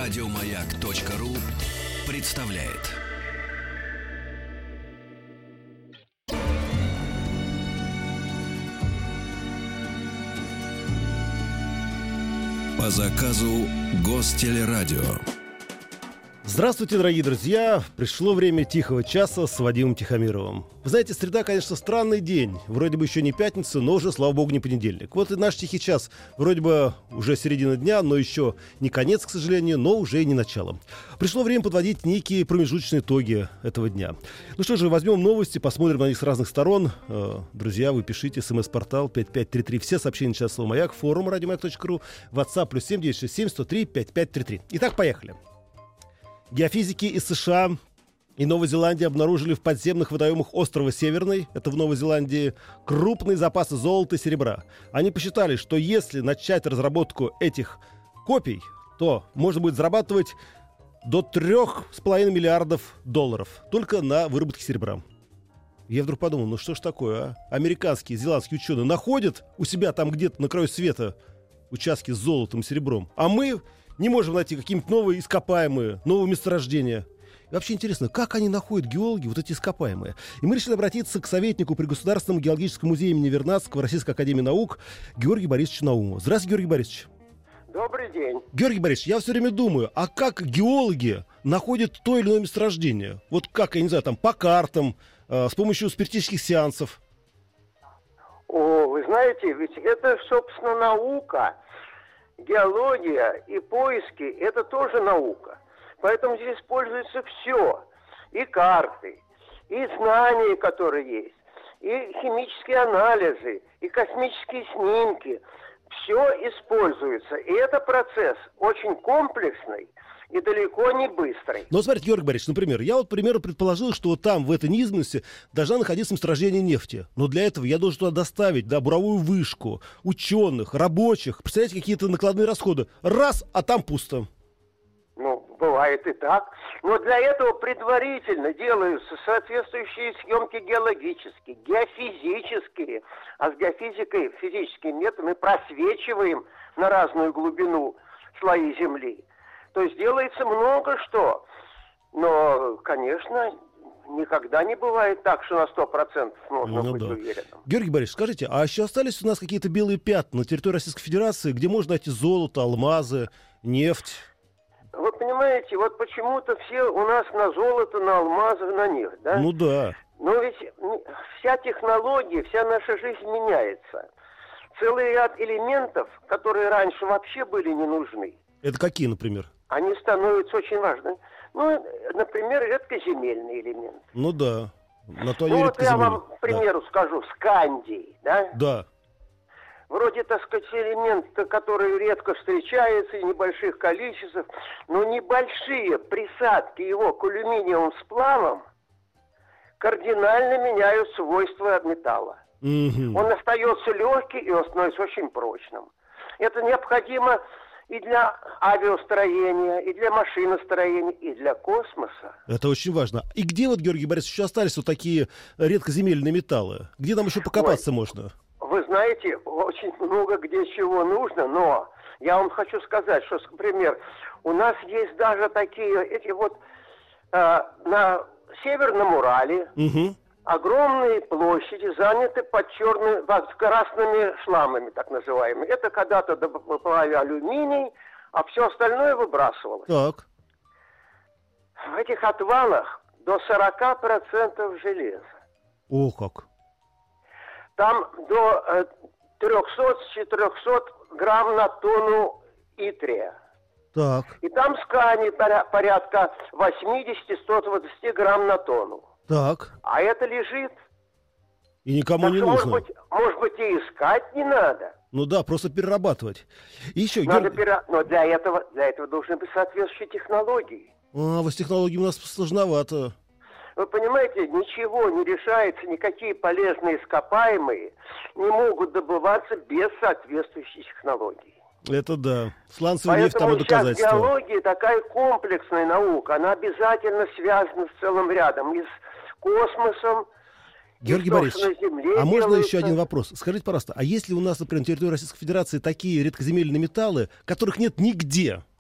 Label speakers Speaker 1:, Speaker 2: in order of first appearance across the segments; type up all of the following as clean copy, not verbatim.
Speaker 1: Радиомаяк.ру представляет. По заказу Гостелерадио.
Speaker 2: Здравствуйте, дорогие друзья! Пришло время тихого часа с Вадимом Тихомировым. Вы знаете, среда, конечно, странный день. Вроде бы еще не пятница, но уже, слава богу, не понедельник. Вот и наш тихий час. Вроде бы уже середина дня, но еще не конец, к сожалению, но уже и не начало. Пришло время подводить некие промежуточные итоги этого дня. Ну что же, возьмем новости, посмотрим на них с разных сторон. Друзья, вы пишите, смс-портал 5533. Все сообщения сейчас слово «Маяк», форум радиомаяк.ру, WhatsApp +7 967 103 5533. Итак, поехали. Геофизики из США и Новой Зеландии обнаружили в подземных водоемах острова Северный, это в Новой Зеландии, крупные запасы золота и серебра. Они посчитали, что если начать разработку этих копий, то можно будет зарабатывать до $3,5 миллиардов только на выработке серебра. Я вдруг подумал, ну что ж такое, а? Американские, зеландские ученые находят у себя там где-то на краю света участки с золотом и серебром, а мы не можем найти какие-нибудь новые ископаемые, новые месторождения. И вообще интересно, как они находят, геологи, вот эти ископаемые. И мы решили обратиться к советнику при Государственном геологическом музее имени Вернадского Российской академии наук Георгию Борисовичу Наумову. Здравствуйте, Георгий Борисович.
Speaker 3: Добрый день.
Speaker 2: Георгий Борисович, я все время думаю, а как геологи находят то или иное месторождение? Вот как, я не знаю, там по картам, с помощью спиритических сеансов?
Speaker 3: О, вы знаете, ведь это, собственно, наука. Геология и поиски – это тоже наука. Поэтому здесь используется все. И карты, и знания, которые есть, и химические анализы, и космические снимки. Все используется. И это процесс очень комплексный и далеко не быстрый.
Speaker 2: Ну, смотрите, Георгий Борисович, например, я вот, к примеру, предположил, что вот там, в этой низменности, должна находиться месторождение нефти. Но для этого я должен туда доставить, да, буровую вышку, ученых, рабочих. Представляете, какие-то накладные расходы. Раз, а там пусто.
Speaker 3: Ну, бывает и так. Но для этого предварительно делаются соответствующие съемки геологические, геофизические. А с геофизикой, физическим методом мы просвечиваем на разную глубину слои Земли. То есть делается много что. Но, конечно, никогда не бывает так, что на 100% можно быть уверенным.
Speaker 2: Георгий Борисович, скажите, а еще остались у нас какие-то белые пятна на территории Российской Федерации, где можно найти золото, алмазы, нефть?
Speaker 3: Вы понимаете, вот почему-то все у нас на золото, на алмазы, на нефть, да?
Speaker 2: Ну да.
Speaker 3: Но ведь вся технология, вся наша жизнь меняется. Целый ряд элементов, которые раньше вообще были не нужны.
Speaker 2: Это какие, например?
Speaker 3: Они становятся очень важными. Ну, например, редкоземельный элемент.
Speaker 2: Ну да. На то они
Speaker 3: вот я
Speaker 2: редкоземельные.
Speaker 3: вам, к примеру, скажу, скандий, да?
Speaker 2: Да.
Speaker 3: Вроде, так сказать, элемент, который редко встречается в небольших количествах, но небольшие присадки его к алюминиевым сплавам кардинально меняют свойства металла.
Speaker 2: Угу.
Speaker 3: Он остается легкий, и он становится очень прочным. Это необходимо и для авиастроения, и для машиностроения, и для космоса.
Speaker 2: Это очень важно. И где вот, Георгий Борисович, еще остались вот такие редкоземельные металлы? Где нам еще покопаться можно?
Speaker 3: Вы знаете, очень много где чего нужно, но я вам хочу сказать, что, например, у нас есть даже такие, эти вот на Северном Урале огромные площади заняты под красными шламами, так называемыми. Это когда-то добывали алюминий, а все остальное выбрасывалось.
Speaker 2: Так.
Speaker 3: В этих отвалах до 40% железа.
Speaker 2: О, как!
Speaker 3: Там до 300-400 грамм на тонну итрия.
Speaker 2: Так.
Speaker 3: И там скани порядка 80-120 грамм на тонну.
Speaker 2: Так.
Speaker 3: А это лежит.
Speaker 2: И никому
Speaker 3: так
Speaker 2: не
Speaker 3: что,
Speaker 2: нужно.
Speaker 3: Может быть, и искать не надо.
Speaker 2: Ну да, просто перерабатывать. И еще,
Speaker 3: Но для этого должны быть соответствующие технологии.
Speaker 2: А, вот с технологиями у нас сложновато.
Speaker 3: Вы понимаете, ничего не решается, никакие полезные ископаемые не могут добываться без соответствующей технологии.
Speaker 2: Это да. Сланцевый нефть тому доказательство.
Speaker 3: Поэтому сейчас геология такая комплексная наука. Она обязательно связана с целым рядом. И с космосом,
Speaker 2: Георгий Борисович, а можно еще один вопрос? Скажите, пожалуйста, а есть ли у нас, например, на территории Российской Федерации такие редкоземельные металлы, которых нет нигде?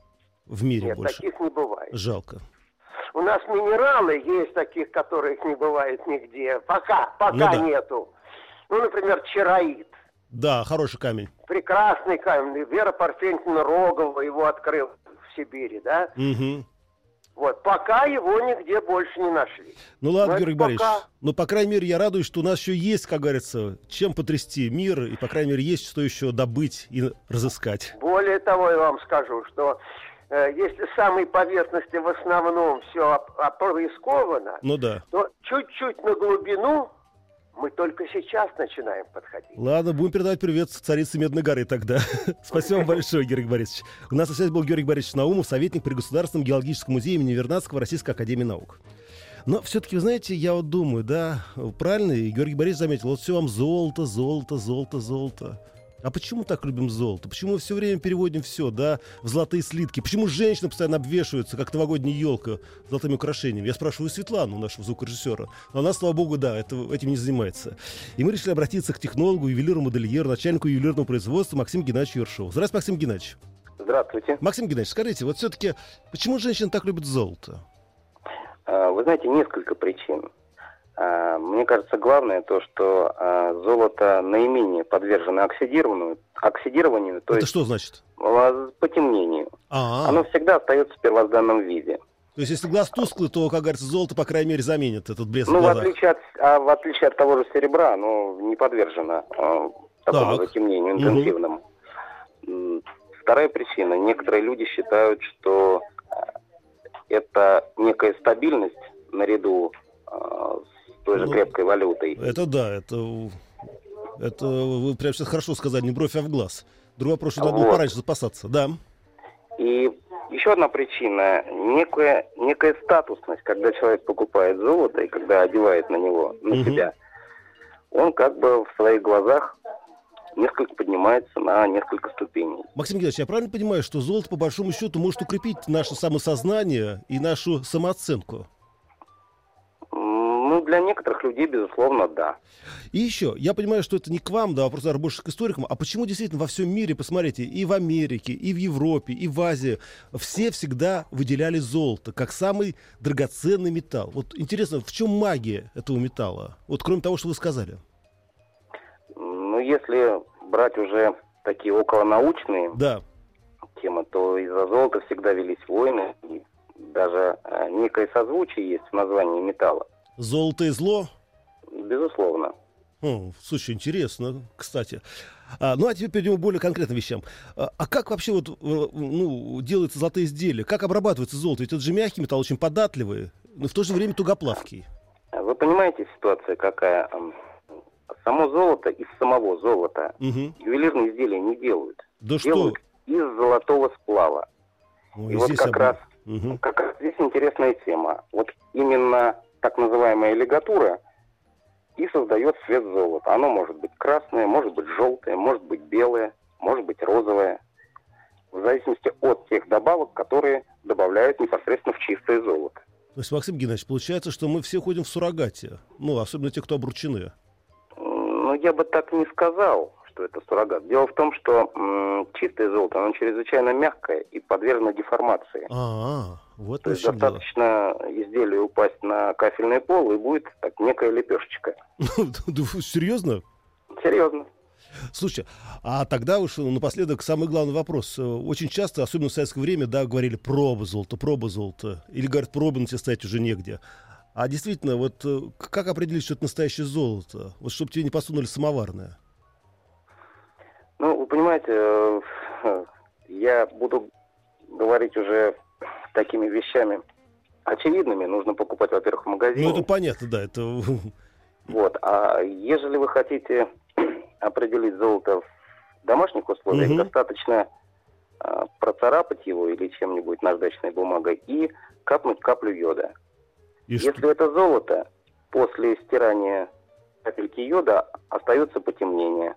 Speaker 2: в мире
Speaker 3: Нет,
Speaker 2: больше?
Speaker 3: таких не бывает.
Speaker 2: Жалко.
Speaker 3: У нас минералы есть таких, которых не бывает нигде. Пока
Speaker 2: Ну да.
Speaker 3: нету. Ну, например, чароид.
Speaker 2: Да, хороший камень.
Speaker 3: Прекрасный камень. Вера Парфентьевна Рогова его открыла в Сибири, да?
Speaker 2: Угу.
Speaker 3: Вот, пока его нигде больше не нашли.
Speaker 2: Ну ладно,
Speaker 3: Но
Speaker 2: Георгий
Speaker 3: это
Speaker 2: Борисович,
Speaker 3: пока.
Speaker 2: ну, по крайней мере, я радуюсь, что у нас еще есть, как говорится, чем потрясти мир, и, по крайней мере, есть что еще добыть и разыскать.
Speaker 3: Более того, я вам скажу, что если с самой поверхности в основном все опрысковано,
Speaker 2: Ну да.
Speaker 3: то чуть-чуть на глубину мы только сейчас начинаем подходить.
Speaker 2: Ладно, будем передавать привет царице Медной горы тогда. Спасибо вам большое, Георгий Борисович. У нас на связи был Георгий Борисович Наумов, советник при Государственном геологическом музее имени Вернадского Российской академии наук. Но все-таки, вы знаете, я вот думаю, да, правильно, и Георгий Борисович заметил, вот все вам золото, золото, золото, золото. А почему так любим золото? Почему мы все время переводим все, да, в золотые слитки? Почему женщины постоянно обвешиваются, как новогодняя елка, золотыми украшениями? Я спрашиваю Светлану, нашего звукорежиссера. Но она, слава богу, да, этим не занимается. И мы решили обратиться к технологу, ювелиру-модельеру, начальнику ювелирного производства Максиму Геннадьевичу Ершову. Здравствуйте, Максим Геннадьевич.
Speaker 3: Здравствуйте.
Speaker 2: Максим Геннадьевич, скажите, вот все-таки, почему женщины так любят золото?
Speaker 4: Вы знаете, несколько причин. Мне кажется, главное то, что золото наименее подвержено оксидированию, то
Speaker 2: Это
Speaker 4: есть
Speaker 2: что значит?
Speaker 4: потемнению.
Speaker 2: А-а.
Speaker 4: Оно всегда остается в первозданном виде.
Speaker 2: То есть, если глаз тусклый, то, как говорится, золото, по крайней мере, заменит этот блеск в
Speaker 4: Ну, в
Speaker 2: глазах.
Speaker 4: отличие от того же серебра, оно не подвержено такому
Speaker 2: Так.
Speaker 4: затемнению интенсивному. Вторая причина. Некоторые люди считают, что это некая стабильность наряду с той же
Speaker 2: Ну,
Speaker 4: крепкой валютой.
Speaker 2: Это да, это вы прям сейчас хорошо сказали, не бровь, а в глаз. Другой вопрос, что надо было
Speaker 4: Вот.
Speaker 2: пораньше запасаться, да.
Speaker 4: И еще одна причина, некая статусность, когда человек покупает золото и когда одевает на него, на
Speaker 2: Мгм.
Speaker 4: себя, он как бы в своих глазах несколько поднимается на несколько ступеней.
Speaker 2: Максим Геннадьевич, я правильно понимаю, что золото, по большому счету, может укрепить наше самосознание и нашу самооценку?
Speaker 4: Ну, для некоторых людей, безусловно, да.
Speaker 2: И еще, я понимаю, что это не к вам, да, вопрос, наверное, больше к историкам, а почему действительно во всем мире, посмотрите, и в Америке, и в Европе, и в Азии, все всегда выделяли золото как самый драгоценный металл. Вот интересно, в чем магия этого металла? Вот кроме того, что вы сказали.
Speaker 4: Ну, если брать уже такие околонаучные
Speaker 2: Да.
Speaker 4: темы, то из-за золота всегда велись войны, и даже некое созвучие есть в названии металла.
Speaker 2: Золото и зло?
Speaker 4: Безусловно.
Speaker 2: Слушай, интересно, кстати. Ну, а теперь перейдем к более конкретным вещам. А как вообще вот, делаются золотые изделия? Как обрабатывается золото? Ведь это же мягкий металл, очень податливый, но в то же время тугоплавкий.
Speaker 4: Вы понимаете, ситуация какая? Само золото из самого золота
Speaker 2: Угу.
Speaker 4: ювелирные изделия не делают.
Speaker 2: Да
Speaker 4: Делают из золотого сплава.
Speaker 2: Ой,
Speaker 4: И вот
Speaker 2: здесь
Speaker 4: как раз
Speaker 2: Мгм.
Speaker 4: здесь интересная тема. Вот именно так называемая лигатура и создает цвет золота. Оно может быть красное, может быть желтое, может быть белое, может быть розовое. В зависимости от тех добавок, которые добавляют непосредственно в чистое золото.
Speaker 2: То есть, Максим Геннадьевич, получается, что мы все ходим в суррогате. Ну, особенно те, кто обручены.
Speaker 4: Ну, я бы так не сказал, что это суррогат. Дело в том, что чистое золото, оно чрезвычайно мягкое и подвержено деформации.
Speaker 2: Вот
Speaker 4: То
Speaker 2: в
Speaker 4: есть
Speaker 2: чем дело.
Speaker 4: достаточно изделию упасть на кафельный пол, и будет так некая лепешечка.
Speaker 2: Серьезно?
Speaker 4: Серьезно.
Speaker 2: Слушай, а тогда уж напоследок самый главный вопрос. Очень часто, особенно в советское время, да, говорили проба золота. Или говорят, пробы на тебе стоять уже негде. А действительно, вот как определить, что это настоящее золото? Вот чтобы тебе не посунули самоварное.
Speaker 4: Ну, вы понимаете, я буду говорить уже такими вещами очевидными. Нужно покупать, во-первых, в магазине.
Speaker 2: Ну, это понятно, да. Это...
Speaker 4: Вот. А ежели вы хотите определить золото в домашних условиях,
Speaker 2: Мгм.
Speaker 4: достаточно процарапать его или чем-нибудь наждачной бумагой и капнуть каплю йода.
Speaker 2: И что?
Speaker 4: Если это золото, после стирания капельки йода остается потемнение.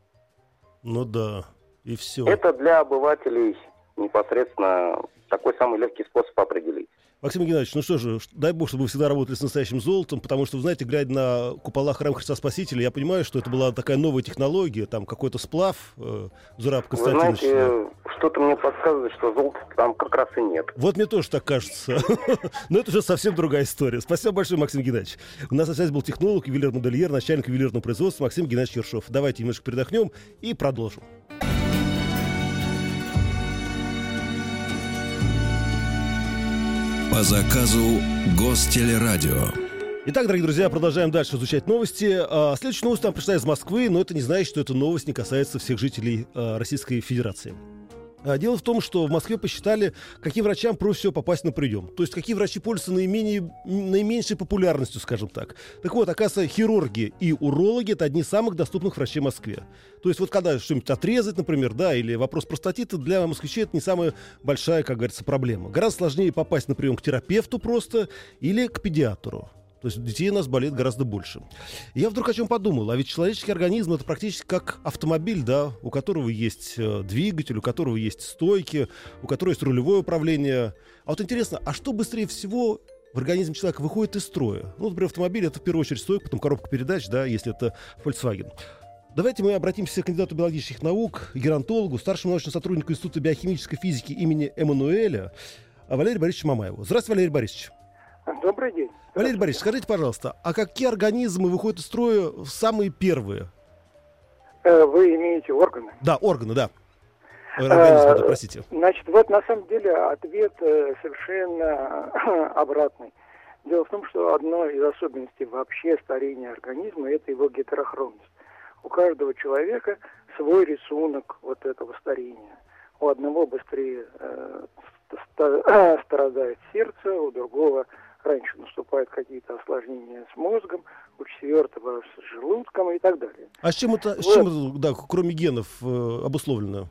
Speaker 2: Ну да, и все.
Speaker 4: Это для обывателей непосредственно такой самый легкий способ определить.
Speaker 2: Максим Геннадьевич, ну что же, дай бог, чтобы вы всегда работали с настоящим золотом, потому что, вы знаете, глядя на купола храма Христа Спасителя, я понимаю, что это была такая новая технология, там какой-то сплав Зураб
Speaker 4: Вы
Speaker 2: Константинович.
Speaker 4: знаете, что-то мне подсказывает, что золота там как раз и нет.
Speaker 2: Вот мне тоже так кажется. Но это уже совсем другая история. Спасибо большое, Максим Геннадьевич. У нас на связи был технолог, ювелир-модельер, начальник ювелирного производства Максим Геннадьевич Ершов. Давайте немножко передохнем и продолжим.
Speaker 1: По заказу Гостелерадио.
Speaker 2: Итак, дорогие друзья, продолжаем дальше изучать новости. Следующая новость нам пришла из Москвы, но это не значит, что эта новость не касается всех жителей Российской Федерации. Дело в том, что в Москве посчитали, каким врачам проще всего попасть на прием. То есть, какие врачи пользуются наименьшей популярностью, скажем так. Так вот, оказывается, хирурги и урологи — это одни из самых доступных врачей в Москве. То есть, вот когда что-нибудь отрезать, например, да, или вопрос простатита, для москвичей это не самая большая, как говорится, проблема. Гораздо сложнее попасть на прием к терапевту просто или к педиатру. То есть детей у нас болеет гораздо больше. И я вдруг о чем подумал. А ведь человеческий организм — это практически как автомобиль, да, у которого есть двигатель, у которого есть стойки, у которого есть рулевое управление. А вот интересно, а что быстрее всего в организме человека выходит из строя? Ну, например, автомобиль — это в первую очередь стойка, потом коробка передач, да, если это Volkswagen. Давайте мы обратимся к кандидату биологических наук, геронтологу, старшему научному сотруднику Института биохимической физики имени Эммануэля Валерию Борисовичу Мамаеву. Здравствуйте, Валерий Борисович.
Speaker 3: Добрый день.
Speaker 2: Валерий Борисович, скажите, пожалуйста, а какие организмы выходят из строя самые первые?
Speaker 3: Вы имеете органы?
Speaker 2: Да, органы, да. Организмы, да, простите.
Speaker 3: Значит, вот на самом деле ответ совершенно обратный. Дело в том, что одной из особенностей вообще старения организма — это его гетерохромность. У каждого человека свой рисунок вот этого старения. У одного быстрее страдает сердце, у другого раньше наступают какие-то осложнения с мозгом, у четвертого с желудком и так далее.
Speaker 2: А с чем это, да, кроме генов, обусловлено?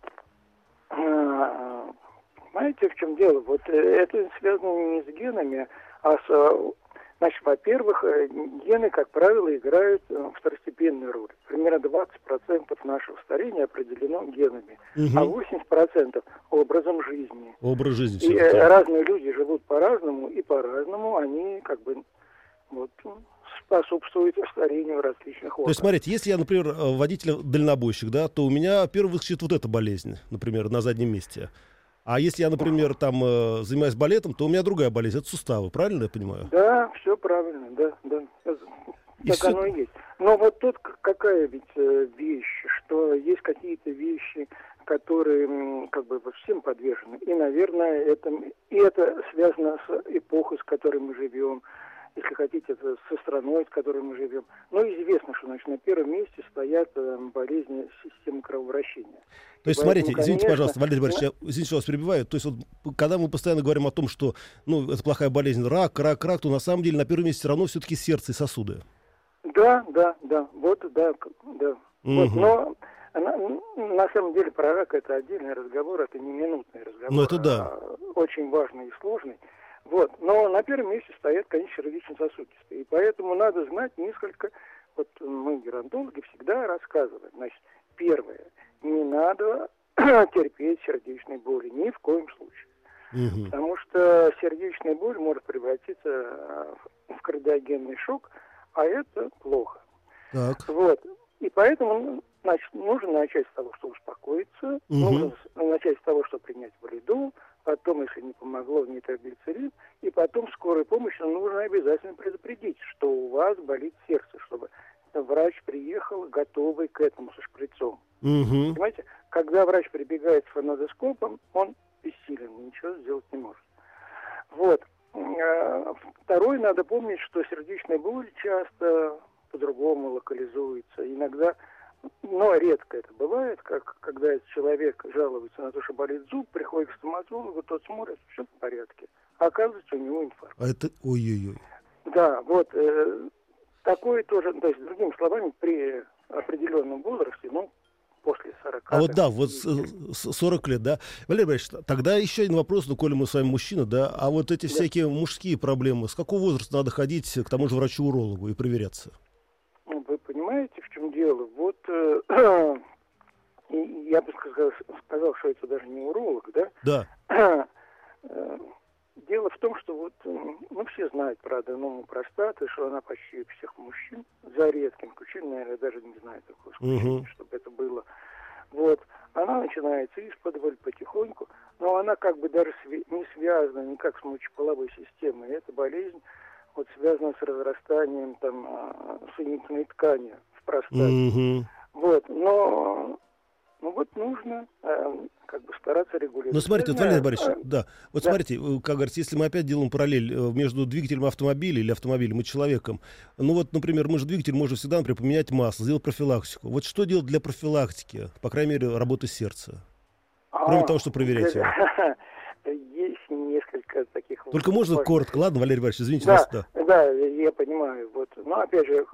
Speaker 3: Знаете, в чем дело? Вот это связано не с генами, а с... Значит, во-первых, гены, как правило, играют второстепенную роль. Примерно 20% нашего старения определено генами, а 80% образом жизни.
Speaker 2: Образ жизни.
Speaker 3: И разные люди живут по-разному, и по-разному они как бы вот, способствуют старению различных органов.
Speaker 2: То есть, смотрите, если я, например, водитель-дальнобойщик, да, то у меня первый выскочит вот эта болезнь, например, на заднем месте. А если я, например, там занимаюсь балетом, то у меня другая болезнь, это суставы, правильно я понимаю?
Speaker 3: Да, все правильно, да. Так оно и есть. Но вот тут какая ведь вещь, что есть какие-то вещи, которые как бы всем подвержены. И, наверное, это связано с эпохой, с которой мы живем. Если хотите, это со страной, с которой мы живем. Но известно, что значит, на первом месте стоят болезни системы кровообращения.
Speaker 2: То есть, смотрите, извините, пожалуйста, Валерий Борисович, я, извините, что вас перебиваю. То есть, вот, когда мы постоянно говорим о том, что это плохая болезнь, рак, то на самом деле на первом месте все равно все-таки сердце и сосуды.
Speaker 3: Да. Вот. Вот, но на самом деле про рак это отдельный разговор, это не минутный разговор.
Speaker 2: Ну, это да.
Speaker 3: Очень важный и сложный. Вот. Но на первом месте стоят, конечно, сердечно-сосудистые. И поэтому надо знать несколько... Вот мы, геронтологи, всегда рассказываем. Значит, первое. Не надо терпеть сердечной боли. Ни в коем случае. Потому что сердечная боль может превратиться в кардиогенный шок, а это плохо.
Speaker 2: Так.
Speaker 3: Вот. И поэтому, значит, нужно начать с того, что успокоиться. Нужно начать с того, что принять валидол. Потом, если не помогло, нитроглицерин, и потом скорой помощи нужно обязательно предупредить, что у вас болит сердце, чтобы врач приехал готовый к этому со шприцом. Понимаете, когда врач прибегает с фонодоскопом, он бессилен, ничего сделать не может. Вот. Второе, надо помнить, что сердечная боль часто по-другому локализуется. Иногда, но редко это бывает, как когда человек жалуется на то, что болит зуб, приходит к стоматологу, тот смотрит, все в порядке. А оказывается, у него инфаркт.
Speaker 2: А это ой-ой-ой.
Speaker 3: Да, вот такое тоже, то есть, другими словами, при определенном возрасте, после 40.
Speaker 2: А вот да, вот 40 лет, да. Валерий Борисович, тогда еще один вопрос, коли мы с вами мужчина, да, а вот эти всякие мужские проблемы, с какого возраста надо ходить к тому же врачу-урологу и проверяться?
Speaker 3: Вы понимаете, в чем дело? Вот я бы сказал, что это даже не уролог, да?
Speaker 2: Да.
Speaker 3: Дело в том, что вот, все знают про аденому простаты, что она почти у всех мужчин, за редким исключением, наверное, даже не знаю такого исключения, чтобы это было. Вот.
Speaker 5: она начинается исподволь потихоньку, но она как бы даже не связана никак с мочеполовой системой. Эта болезнь вот связана с разрастанием там соединительной ткани в простате. Вот, но вот нужно как бы стараться регулировать.
Speaker 2: Ну, смотрите, вот, Валерий Борисович, смотрите, как говорится, если мы опять делаем параллель между двигателем автомобиля или автомобилем и человеком, ну вот, например, мы же двигатель можем всегда, например, поменять масло, сделать профилактику. Вот что делать для профилактики, по крайней мере, работы сердца? Кроме того, что проверять его.
Speaker 5: Есть несколько таких...
Speaker 2: Только можно коротко, ладно, Валерий Борисович, извините.
Speaker 5: Да, я понимаю. Вот. Но, опять же,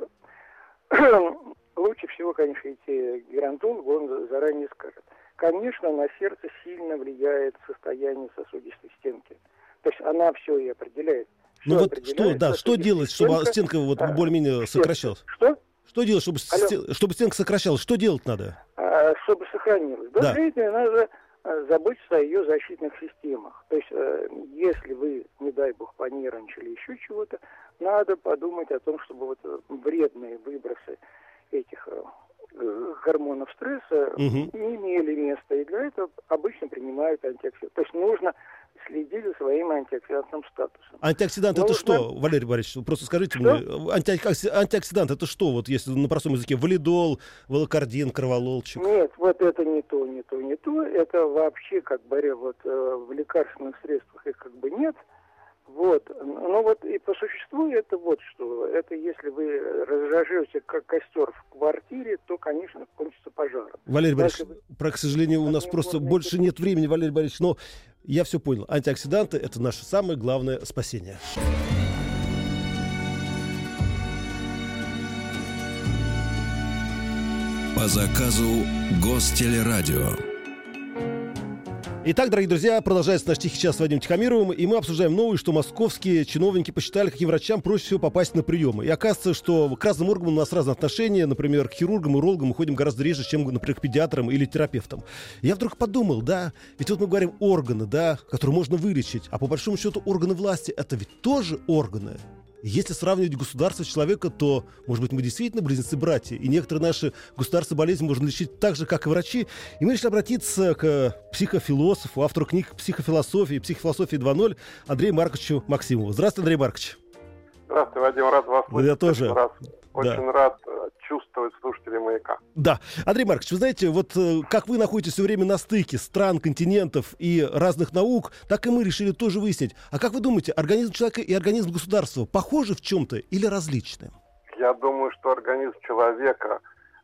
Speaker 5: лучше всего, конечно, идти к геронтологу, он заранее скажет. Конечно, на сердце сильно влияет состояние сосудистой стенки. То есть она все и определяет.
Speaker 2: Ну вот что делать, чтобы стенка вот более-менее сокращалась?
Speaker 5: Что?
Speaker 2: Что делать, чтобы стенка сокращалась? Что делать надо?
Speaker 5: Чтобы сохранилась. Для этого надо заботиться о ее защитных системах. То есть, если вы, не дай бог, понервничали, еще чего-то, надо подумать о том, чтобы вот вредные выбросы этих гормонов стресса не имели места. И для этого обычно принимают антиоксиданты. То есть нужно следить за своим антиоксидантным статусом.
Speaker 2: Антиоксидант это что, Валерий Борисович? Просто скажите мне, антиоксидант это что? Вот если на простом языке валидол, волокардин, корвалолчик.
Speaker 5: Нет, вот это не то. Это вообще как бы вот в лекарственных средствах их как бы нет. Вот. Но вот и по существу это вот что. Это если вы разжижете как костер в квартире, то, конечно, кончится пожаром.
Speaker 2: Валерий Борисович, к сожалению, у нас просто больше нет времени, Валерий Борисович, но я все понял. Антиоксиданты — это наше самое главное спасение.
Speaker 1: По заказу Гостелерадио.
Speaker 2: Итак, дорогие друзья, продолжается наш «Тихий час» с Вадимом Тихомировым, и мы обсуждаем новость, что московские чиновники посчитали, каким врачам проще всего попасть на приемы. И оказывается, что к разным органам у нас разные отношения. Например, к хирургам, урологам мы ходим гораздо реже, чем, например, к педиатрам или терапевтам. Я вдруг подумал, ведь вот мы говорим органы, которые можно вылечить, а по большому счету органы власти — это ведь тоже органы. Если сравнивать государство человека, то, может быть, мы действительно близнецы-братья, и некоторые наши государственные болезни можно лечить так же, как и врачи. И мы решили обратиться к психофилософу, автору книг «Психофилософия» и «Психофилософия 2.0» Андрею Марковичу Максимову. Здравствуйте, Андрей Маркович.
Speaker 6: Здравствуйте, Вадим, рад вас слышать.
Speaker 2: Я тоже.
Speaker 6: Очень рад чувствовать слушателей «Маяка».
Speaker 2: Да. Андрей Маркович, вы знаете, вот как вы находитесь все время на стыке стран, континентов и разных наук, так и мы решили тоже выяснить. А как вы думаете, организм человека и организм государства похожи в чем-то или различны?
Speaker 6: Я думаю, что организм человека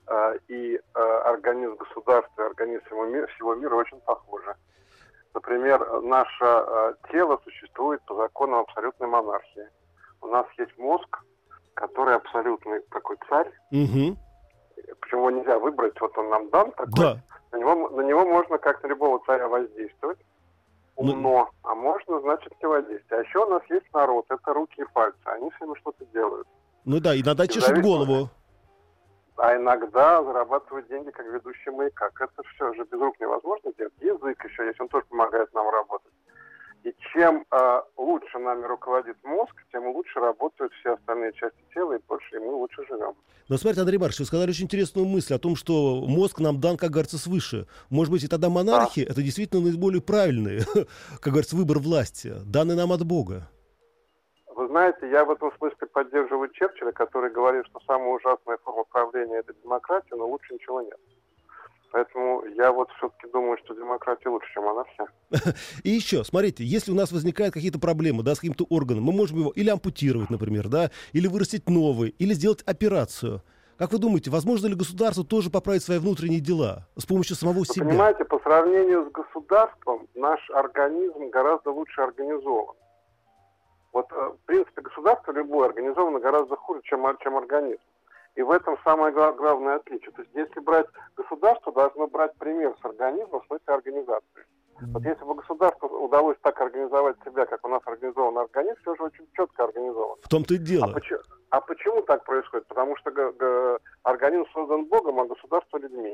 Speaker 6: и организм государства, и организм всего мира очень похожи. Например, наше тело существует по законам абсолютной монархии. У нас есть мозг, который абсолютный такой царь. Причем его нельзя выбрать, вот он нам дан такой.
Speaker 2: Да.
Speaker 6: На него можно как на любого царя воздействовать умно, а можно, значит, не воздействовать. А еще у нас есть народ, это руки и пальцы, они всем что-то делают.
Speaker 2: Ну да, иногда чешут голову.
Speaker 6: А иногда зарабатывают деньги как ведущий «Маяка». Это все же без рук невозможно делать. Язык еще есть, он тоже помогает нам работать. И чем лучше нами руководит мозг, тем лучше работают все остальные части тела, и больше и мы лучше живем.
Speaker 2: Но смотрите, Андрей Маркович, вы сказали очень интересную мысль о том, что мозг нам дан, как говорится, свыше. Может быть, и тогда монархия — это действительно наиболее правильный, как говорится, выбор власти, данный нам от Бога.
Speaker 6: Вы знаете, я в этом смысле поддерживаю Черчилля, который говорит, что самая ужасная форма правления — это демократия, но лучше ничего нет. Поэтому я вот все-таки думаю, что демократия лучше, чем монархия.
Speaker 2: И еще, смотрите, если у нас возникают какие-то проблемы, с каким-то органом, мы можем его или ампутировать, например, или вырастить новый, или сделать операцию. Как вы думаете, возможно ли государству тоже поправить свои внутренние дела с помощью самого себя?
Speaker 6: Понимаете, по сравнению с государством, наш организм гораздо лучше организован. Вот, в принципе, государство любое организовано гораздо хуже, чем организм. И в этом самое главное отличие. То есть, если брать государство, должно брать пример с организмом в смысле организации. Вот если бы государству удалось так организовать себя, как у нас организован организм, все же очень четко организовано.
Speaker 2: В том-то и дело.
Speaker 6: А почему так происходит? Потому что организм создан Богом, а государство людьми.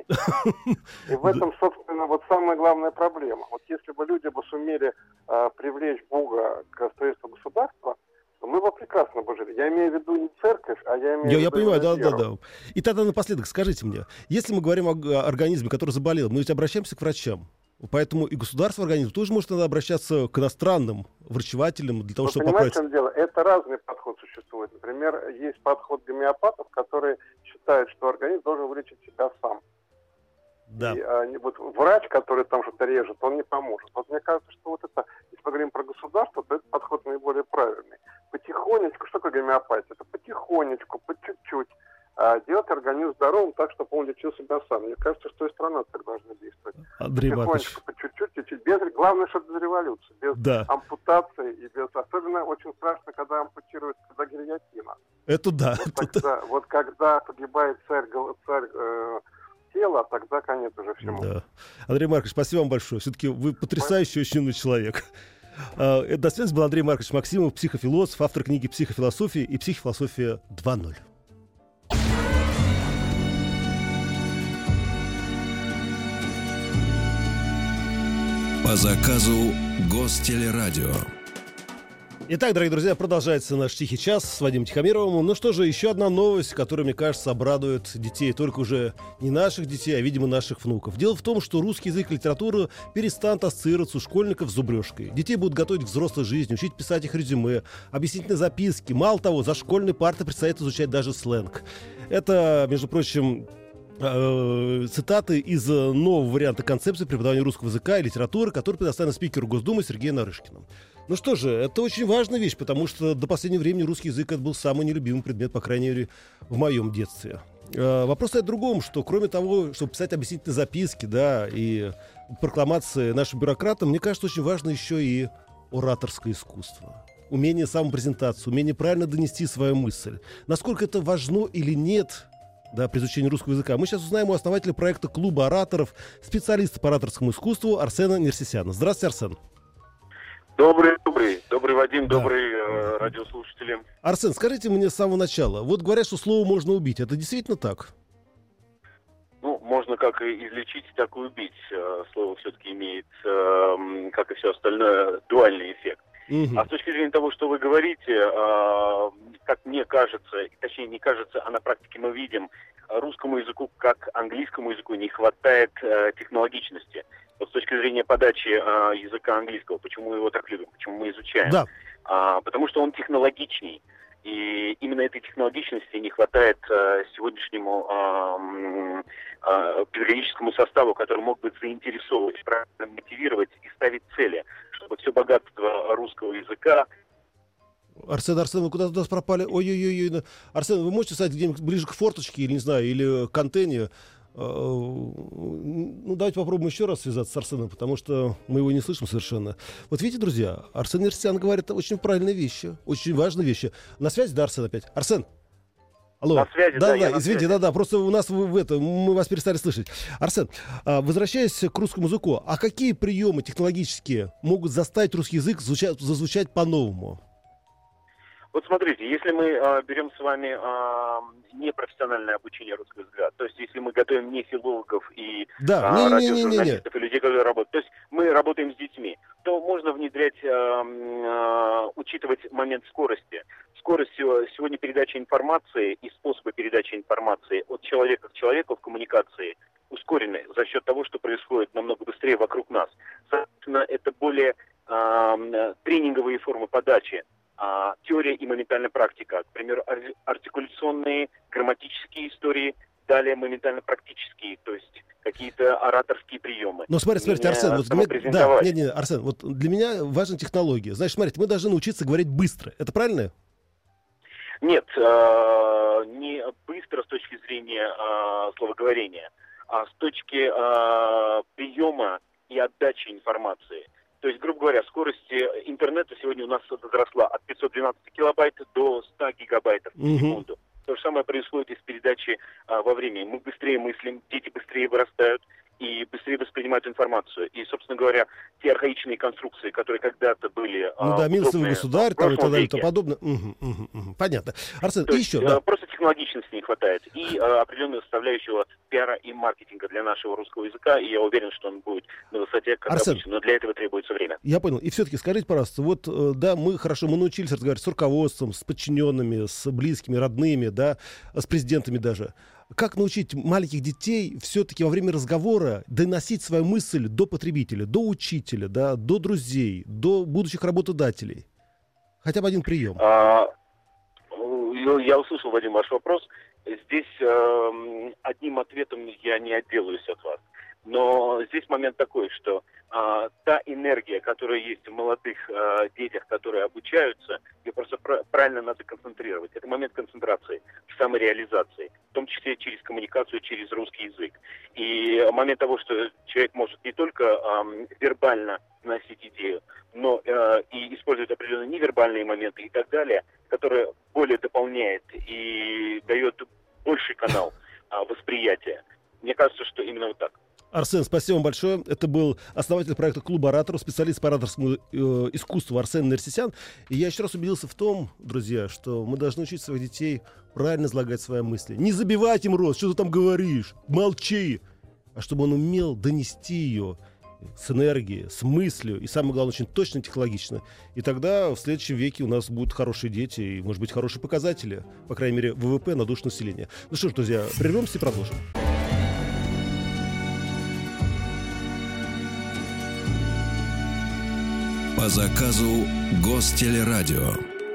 Speaker 6: И в этом, собственно, вот самая главная проблема. Вот если бы люди бы сумели привлечь Бога к строительству государства, то мы бы прекрасно бы жили. Я имею в виду не церковь, а я имею в виду...
Speaker 2: Я понимаю, да.
Speaker 6: веру.
Speaker 2: И тогда напоследок скажите мне, если мы говорим о организме, который заболел, мы ведь обращаемся к врачам. Поэтому и государство организм тоже может иногда обращаться к иностранным врачевателям для того, чтобы
Speaker 6: понимаете,
Speaker 2: поправить.
Speaker 6: в чем дело? Это разный подход существует. Например, есть подход гомеопатов, которые считают, что организм должен вылечить себя сам.
Speaker 2: Да.
Speaker 6: И вот врач, который там что-то режет, он не поможет. Вот мне кажется, что вот это, если мы говорим про государство, то этот подход наиболее правильный. Потихонечку, что такое гомеопатия? Это потихонечку, по чуть-чуть делать организм здоровым так, чтобы он лечил себя сам. Мне кажется, что и страна так должна действовать.
Speaker 2: Андрей Маркович.
Speaker 6: Потихонечку, по чуть-чуть, без... Главное, чтобы без революции, без ампутации и без... Особенно очень страшно, когда ампутируют, когда гильотина.
Speaker 2: Это да.
Speaker 6: Вот когда погибает царь тела, тогда конец уже всему.
Speaker 2: Да. Андрей Маркович, спасибо вам большое. Все-таки вы потрясающий, очень умный человек. До связи был Андрей Маркович Максимов, психофилософ, автор книги «Психофилософия» и «Психофилософия 2.0».
Speaker 1: По заказу Гостелерадио.
Speaker 2: Итак, дорогие друзья, продолжается наш «Тихий час» с Вадимом Тихомировым. Ну что же, еще одна новость, которая, мне кажется, обрадует детей. Только уже не наших детей, а, видимо, наших внуков. Дело в том, что русский язык и литература перестанут ассоциироваться у школьников с зубрежкой. Детей будут готовить к взрослой жизни, учить писать их резюме, объяснительные записки. Мало того, за школьной партой предстоит изучать даже сленг. Это, между прочим, цитаты из нового варианта концепции преподавания русского языка и литературы, который предоставлен спикеру Госдумы Сергею Нарышкину. Ну что же, это очень важная вещь, потому что до последнего времени русский язык это был самый нелюбимый предмет, по крайней мере, в моем детстве. Вопрос стоит в другом, что кроме того, чтобы писать объяснительные записки, да, и прокламации нашим бюрократам, мне кажется, очень важно еще и ораторское искусство. Умение самопрезентации, умение правильно донести свою мысль. Насколько это важно или нет, да, при изучении русского языка, мы сейчас узнаем у основателя проекта «Клуба ораторов», специалиста по ораторскому искусству Арсена Нерсисяна. Здравствуйте, Арсен.
Speaker 7: Добрый, Вадим, да. Добрый радиослушатели.
Speaker 2: Арсен, скажите мне с самого начала. Вот говорят, что слово можно убить. Это действительно так?
Speaker 7: Ну, можно как и излечить, так и убить. Слово все-таки имеет, как и все остальное, дуальный эффект. Угу. А с точки зрения того, что вы говорите, как мне кажется, точнее не кажется, а на практике мы видим, русскому языку, как английскому языку, не хватает технологичности. Вот с точки зрения подачи языка английского, почему мы его так любим, почему мы изучаем?
Speaker 2: Да.
Speaker 7: Потому что он технологичней. И именно этой технологичности не хватает сегодняшнему педагогическому составу, который мог бы заинтересовывать, правильно мотивировать и ставить цели, чтобы все богатство русского языка...
Speaker 2: Арсен, вы куда-то нас пропали? Ой-ой-ой. Арсен, вы можете стать где-нибудь ближе к форточке, или, не знаю, или к антенне? Ну, давайте попробуем еще раз связаться с Арсеном, потому что мы его не слышим совершенно. Вот видите, друзья, Арсен Нерсисян говорит очень правильные вещи, очень важные вещи. На связи, да, Арсен опять? Арсен? Алло.
Speaker 7: На связи, да,
Speaker 2: извините, да, просто у нас мы вас перестали слышать. Арсен, возвращаясь к русскому языку, а какие приемы технологические могут заставить русский язык зазвучать по-новому?
Speaker 7: Вот смотрите, если мы берем с вами непрофессиональное обучение русского языка, то есть если мы готовим не филологов и радиожурналистов и людей, которые работают, то есть мы работаем с детьми, то можно внедрять, учитывать момент скорости. Скорость сегодня передачи информации и способы передачи информации от человека к человеку в коммуникации ускорены за счет того, что происходит намного быстрее вокруг нас. Соответственно, это более тренинговые формы подачи. Теория и моментальная практика, к примеру, артикуляционные, грамматические истории, далее моментально-практические, то есть какие-то ораторские приемы.
Speaker 2: Но смотрите, Арсен, Арсен, вот для меня важна технология. Значит, смотрите, мы должны научиться говорить быстро. Это правильно?
Speaker 7: Нет, не быстро с точки зрения словоговорения, а с точки приема и отдачи информации. То есть, грубо говоря, скорость интернета сегодня у нас возросла от 512 килобайт до 100 гигабайтов в секунду. То же самое происходит и с передачей во времени. Мы быстрее мыслим, дети быстрее вырастают, и быстрее воспринимают информацию. И, собственно говоря, те архаичные конструкции, которые когда-то были...
Speaker 2: милостивый государь, там и так далее, и тому подобное. Понятно. Арсен,
Speaker 7: то
Speaker 2: и
Speaker 7: есть,
Speaker 2: еще... Да.
Speaker 7: Просто технологичности не хватает. И определенную составляющего пиара и маркетинга для нашего русского языка. И я уверен, что он будет на высоте, как
Speaker 2: Арсен,
Speaker 7: обычно. Но для этого требуется время.
Speaker 2: Я понял. И все-таки скажите, пожалуйста, вот, да, мы научились разговаривать с руководством, с подчиненными, с близкими, родными, да, с президентами даже. Как научить маленьких детей все-таки во время разговора доносить свою мысль до потребителя, до учителя, да, до друзей, до будущих работодателей? Хотя бы один прием.
Speaker 7: Я услышал, Вадим, ваш вопрос. Здесь одним ответом я не отделаюсь от вас. Но здесь момент такой, что та энергия, которая есть в молодых детях, которые обучаются, ее просто правильно надо концентрировать. Это момент концентрации, самореализации, в том числе через коммуникацию, через русский язык. И момент того, что человек может не только вербально носить идею, но и использовать определенные невербальные моменты и так далее, которые более дополняет и дает больший канал восприятия. Мне кажется, что именно вот так.
Speaker 2: Арсен, спасибо вам большое. Это был основатель проекта «Клуб ораторов», специалист по ораторскому искусству Арсен Нерсисян. И я еще раз убедился в том, друзья, что мы должны учить своих детей правильно излагать свои мысли. Не забивать им рот, что ты там говоришь, молчи. А чтобы он умел донести ее с энергией, с мыслью, и самое главное, очень точно, технологично. И тогда в следующем веке у нас будут хорошие дети и, может быть, хорошие показатели, по крайней мере, ВВП на душу населения. Ну что ж, друзья, прервемся и продолжим.
Speaker 1: По заказу Гостелерадио.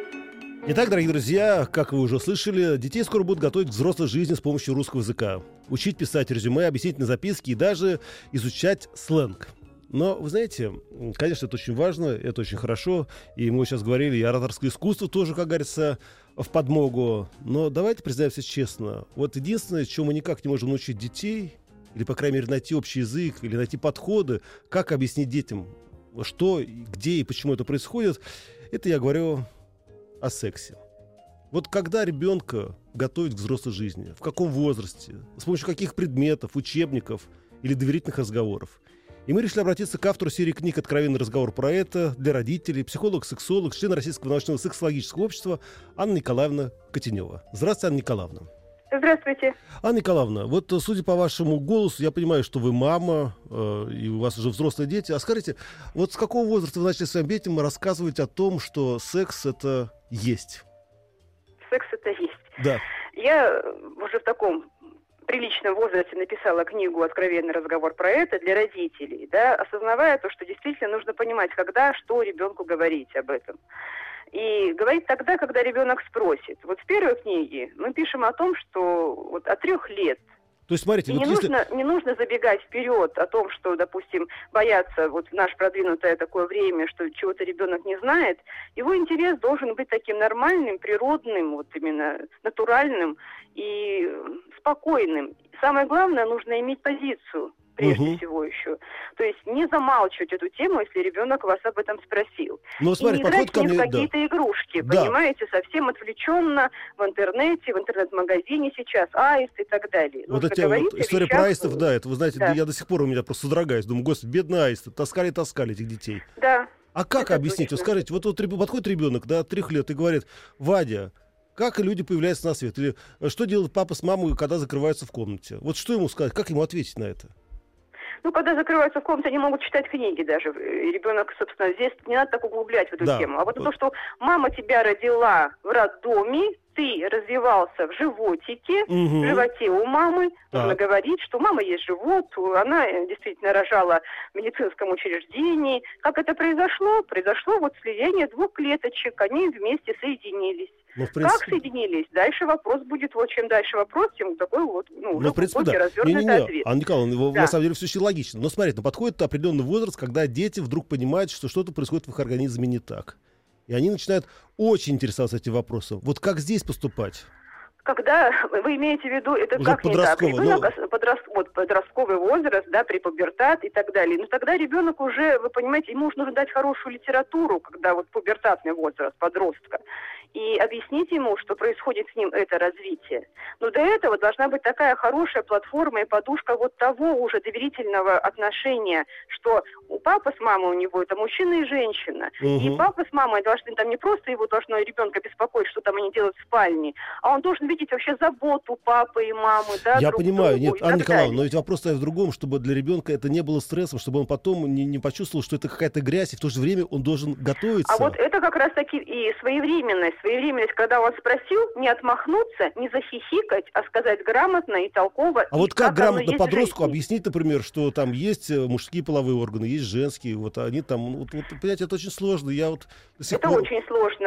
Speaker 2: Итак, дорогие друзья, как вы уже слышали, детей скоро будут готовить к взрослой жизни с помощью русского языка. Учить писать резюме, объяснительные записки и даже изучать сленг. Но, вы знаете, конечно, это очень важно, это очень хорошо. И мы сейчас говорили, и ораторское искусство тоже, как говорится, в подмогу. Но давайте признаемся честно. Вот единственное, чего мы никак не можем научить детей, или, по крайней мере, найти общий язык, или найти подходы, как объяснить детям, что, где и почему это происходит, это я говорю о сексе. Вот когда ребенка готовить к взрослой жизни, в каком возрасте, с помощью каких предметов, учебников или доверительных разговоров. И мы решили обратиться к автору серии книг «Откровенный разговор про это» для родителей, психолог-сексолог, член Российского научного сексологического общества Анна Николаевна Котенева. Здравствуйте, Анна Николаевна.
Speaker 8: Здравствуйте.
Speaker 2: Анна Николаевна, вот судя по вашему голосу, я понимаю, что вы мама, и у вас уже взрослые дети. А скажите, вот с какого возраста вы начали своим детям рассказывать о том, что секс — это есть?
Speaker 8: Секс — это есть.
Speaker 2: Да.
Speaker 8: Я уже в таком приличном возрасте написала книгу «Откровенный разговор про это» для родителей, да, осознавая то, что действительно нужно понимать, когда, что ребенку говорить об этом. И говорить тогда, когда ребенок спросит. Вот в первой книге мы пишем о том, что вот от 3 лет.
Speaker 2: То есть, смотрите, вот
Speaker 8: не нужно забегать вперед о том, что, допустим, бояться вот в наше продвинутое такое время, что чего-то ребенок не знает. Его интерес должен быть таким нормальным, природным, вот именно натуральным и спокойным. Самое главное, нужно иметь позицию. Прежде всего еще. То есть не замалчивать эту тему, если ребенок вас об этом спросил.
Speaker 2: Но, смотри,
Speaker 8: и не играть с ним в какие-то игрушки, понимаете, совсем отвлеченно в интернете, в интернет-магазине сейчас, аист и так далее.
Speaker 2: Вот эта вот история про аистов, да, это, вы знаете, я до сих пор у меня просто содрогаюсь. Думаю, господи, бедные аисты, таскали этих детей.
Speaker 8: Да.
Speaker 2: А как объяснить? Вот скажите, вот подходит ребенок, да, 3 лет и говорит: Вадя, как люди появляются на свет? Или что делает папа с мамой, когда закрываются в комнате? Вот что ему сказать, как ему ответить на это?
Speaker 8: Ну, когда закрываются в комнате, они могут читать книги даже. И ребенок, собственно, здесь не надо так углублять в эту тему. А вот то, что мама тебя родила в роддоме, ты развивался в животике, в животе у мамы, нужно говорить, что у мамы есть живот, она действительно рожала в медицинском учреждении. Как это произошло? Произошло вот слияние 2 клеточек, они вместе соединились.
Speaker 2: Ну, в принципе...
Speaker 8: Как соединились? Дальше вопрос будет, вот чем дальше вопрос, тем такой вот,
Speaker 2: в принципе, да.
Speaker 8: развернутый ответ.
Speaker 2: Анна Николаевна, на самом деле все очень логично. Но смотрите, подходит определенный возраст, когда дети вдруг понимают, что что-то происходит в их организме не так. И они начинают очень интересоваться этим вопросом. Вот как здесь поступать?
Speaker 8: Когда вы имеете в виду, это
Speaker 2: уже
Speaker 8: как не так? Ребенок,
Speaker 2: но...
Speaker 8: подростковый возраст, да, препубертат и так далее. Но тогда ребенок уже, вы понимаете, ему нужно дать хорошую литературу, когда вот пубертатный возраст подростка, и объяснить ему, что происходит с ним это развитие. Но до этого должна быть такая хорошая платформа и подушка вот того уже доверительного отношения, что у папы с мамой у него это мужчина и женщина. И папа с мамой должны там не просто его должно ребенка беспокоить, что там они делают в спальне, а он должен видеть вообще заботу папы и мамы. Да,
Speaker 2: я понимаю,
Speaker 8: другу,
Speaker 2: нет, Анна Николаевна, но ведь вопрос в другом, чтобы для ребенка это не было стрессом, чтобы он потом не почувствовал, что это какая-то грязь, и в то же время он должен готовиться.
Speaker 8: А вот это как раз таки и своевременность, когда он спросил, не отмахнуться, не захихикать, а сказать грамотно и толково.
Speaker 2: А вот как грамотно подростку объяснить, например, что там есть мужские половые органы, есть женские, вот они там, вот понимаете, это очень сложно. Я вот
Speaker 8: очень сложно,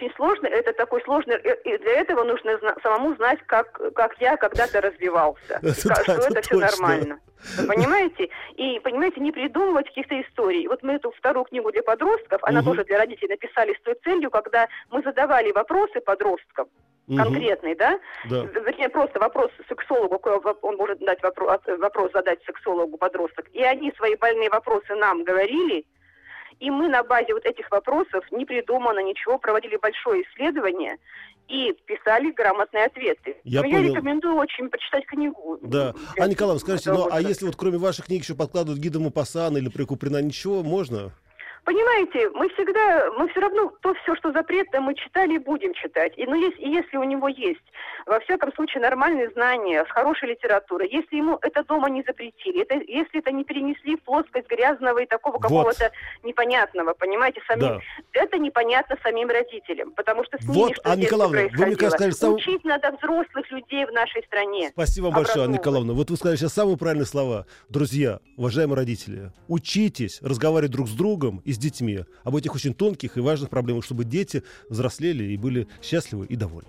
Speaker 8: это такой сложный, и для этого нужно самому знать, как я когда-то развивался, что это все нормально. Вы понимаете? И, понимаете, не придумывать каких-то историй. Вот мы эту вторую книгу для подростков, она тоже для родителей написали с той целью, когда мы задавали вопросы подросткам, конкретный, да? Вернее, просто вопрос сексологу, он может дать вопрос задать сексологу подросток. И они свои больные вопросы нам говорили, и мы на базе вот этих вопросов, не придумано ничего, проводили большое исследование и писали грамотные ответы. Я рекомендую очень почитать книгу.
Speaker 2: Да. Анна Николаевна, скажите, а если вот кроме ваших книг еще подкладывают гида Мопассана или при Куприна, ничего можно?
Speaker 8: Понимаете, мы все равно все, что запретно, мы читали и будем читать. Если у него есть, во всяком случае, нормальные знания, с хорошей литературой, если ему это дома не запретили, если это не перенесли в плоскость грязного и такого какого-то непонятного, понимаете, это непонятно самим родителям, потому что с ними что-то происходило. Вы мне сказали, учить надо взрослых людей в нашей стране.
Speaker 2: Спасибо вам большое, Анна Николаевна. Вот вы сказали сейчас самые правильные слова. Друзья, уважаемые родители, учитесь разговаривать друг с другом и с детьми об этих очень тонких и важных проблемах, чтобы дети взрослели и были счастливы и довольны.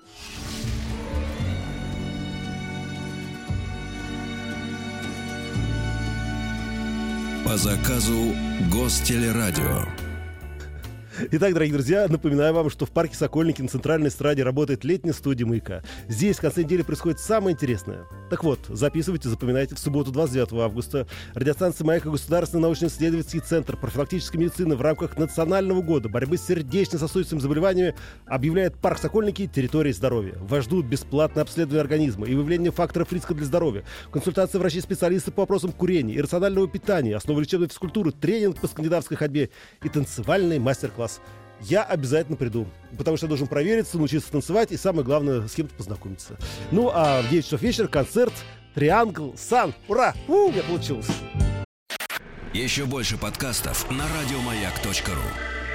Speaker 1: По заказу Гостелерадио.
Speaker 2: Итак, дорогие друзья, напоминаю вам, что в парке Сокольники на центральной эстраде работает летняя студия «Маяка». Здесь в конце недели происходит самое интересное. Так вот, записывайте, запоминайте. В субботу, 29 августа, радиостанция «Маяк» и Государственный научно-исследовательский центр профилактической медицины в рамках Национального года борьбы с сердечно-сосудистыми заболеваниями объявляет парк Сокольники территорией здоровья. Вас ждут бесплатное обследование организма и выявление факторов риска для здоровья, консультация врачей-специалистов по вопросам курения и рационального питания, основы лечебной физкультуры, тренинг по скандинавской ходьбе и танцевальный мастер-класс. Я обязательно приду, потому что я должен провериться, научиться танцевать и, самое главное, с кем-то познакомиться. Ну, а в 9 часов вечера концерт «Триангл Сан». Ура! Я получилось!
Speaker 1: Еще больше подкастов на радиомаяк.ру.